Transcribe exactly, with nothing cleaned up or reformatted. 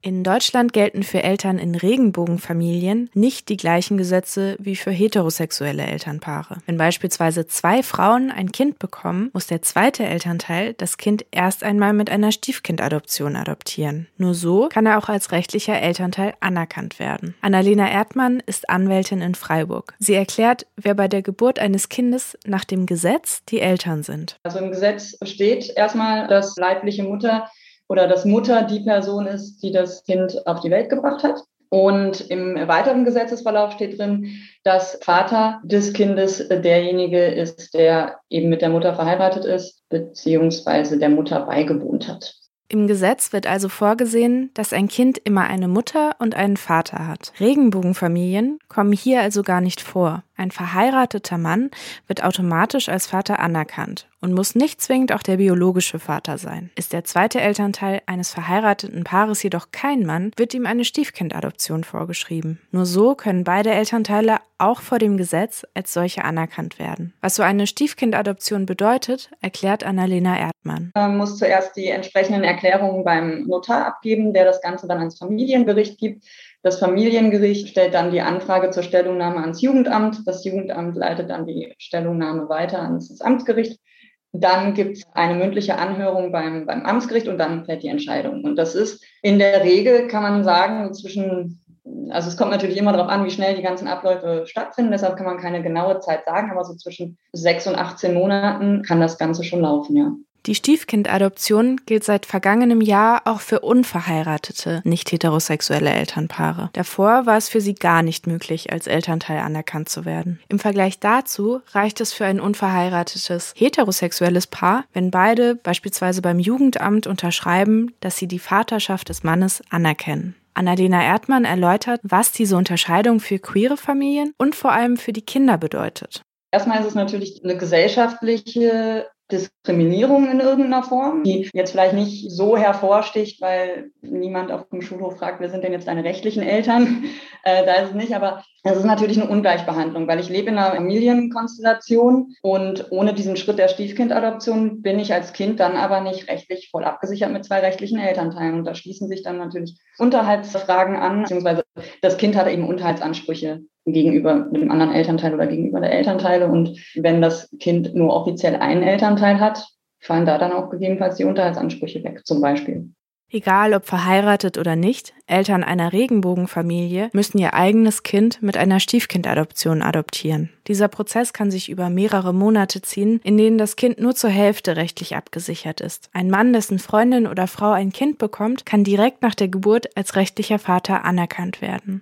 In Deutschland gelten für Eltern in Regenbogenfamilien nicht die gleichen Gesetze wie für heterosexuelle Elternpaare. Wenn beispielsweise zwei Frauen ein Kind bekommen, muss der zweite Elternteil das Kind erst einmal mit einer Stiefkindadoption adoptieren. Nur so kann er auch als rechtlicher Elternteil anerkannt werden. Annalena Erdmann ist Anwältin in Freiburg. Sie erklärt, wer bei der Geburt eines Kindes nach dem Gesetz die Eltern sind. Also im Gesetz steht erstmal, dass leibliche Mutter oder dass Mutter die Person ist, die das Kind auf die Welt gebracht hat. Und im weiteren Gesetzesverlauf steht drin, dass Vater des Kindes derjenige ist, der eben mit der Mutter verheiratet ist, beziehungsweise der Mutter beigewohnt hat. Im Gesetz wird also vorgesehen, dass ein Kind immer eine Mutter und einen Vater hat. Regenbogenfamilien kommen hier also gar nicht vor. Ein verheirateter Mann wird automatisch als Vater anerkannt und muss nicht zwingend auch der biologische Vater sein. Ist der zweite Elternteil eines verheirateten Paares jedoch kein Mann, wird ihm eine Stiefkindadoption vorgeschrieben. Nur so können beide Elternteile auch vor dem Gesetz als solche anerkannt werden. Was so eine Stiefkindadoption bedeutet, erklärt Annalena Erdmann. Man muss zuerst die entsprechenden Erklärungen beim Notar abgeben, der das Ganze dann ans Familiengericht gibt. Das Familiengericht stellt dann die Anfrage zur Stellungnahme ans Jugendamt. Das Jugendamt leitet dann die Stellungnahme weiter ans Amtsgericht. Dann gibt es eine mündliche Anhörung beim, beim Amtsgericht und dann fällt die Entscheidung. Und das ist in der Regel, kann man sagen, zwischen, also es kommt natürlich immer darauf an, wie schnell die ganzen Abläufe stattfinden. Deshalb kann man keine genaue Zeit sagen, aber so zwischen sechs und achtzehn Monaten kann das Ganze schon laufen, ja. Die Stiefkindadoption gilt seit vergangenem Jahr auch für unverheiratete, nicht heterosexuelle Elternpaare. Davor war es für sie gar nicht möglich, als Elternteil anerkannt zu werden. Im Vergleich dazu reicht es für ein unverheiratetes, heterosexuelles Paar, wenn beide beispielsweise beim Jugendamt unterschreiben, dass sie die Vaterschaft des Mannes anerkennen. Annalena Erdmann erläutert, was diese Unterscheidung für queere Familien und vor allem für die Kinder bedeutet. Erstmal ist es natürlich eine gesellschaftliche Diskriminierung in irgendeiner Form, die jetzt vielleicht nicht so hervorsticht, weil niemand auf dem Schulhof fragt, wer sind denn jetzt deine rechtlichen Eltern? Äh, da ist es nicht, aber es ist natürlich eine Ungleichbehandlung, weil ich lebe in einer Familienkonstellation und ohne diesen Schritt der Stiefkindadoption bin ich als Kind dann aber nicht rechtlich voll abgesichert mit zwei rechtlichen Elternteilen. Und da schließen sich dann natürlich Unterhaltsfragen an, beziehungsweise das Kind hat eben Unterhaltsansprüche gegenüber dem anderen Elternteil oder gegenüber der Elternteile. Und wenn das Kind nur offiziell einen Elternteil hat, fallen da dann auch gegebenenfalls die Unterhaltsansprüche weg, zum Beispiel. Egal ob verheiratet oder nicht, Eltern einer Regenbogenfamilie müssen ihr eigenes Kind mit einer Stiefkindadoption adoptieren. Dieser Prozess kann sich über mehrere Monate ziehen, in denen das Kind nur zur Hälfte rechtlich abgesichert ist. Ein Mann, dessen Freundin oder Frau ein Kind bekommt, kann direkt nach der Geburt als rechtlicher Vater anerkannt werden.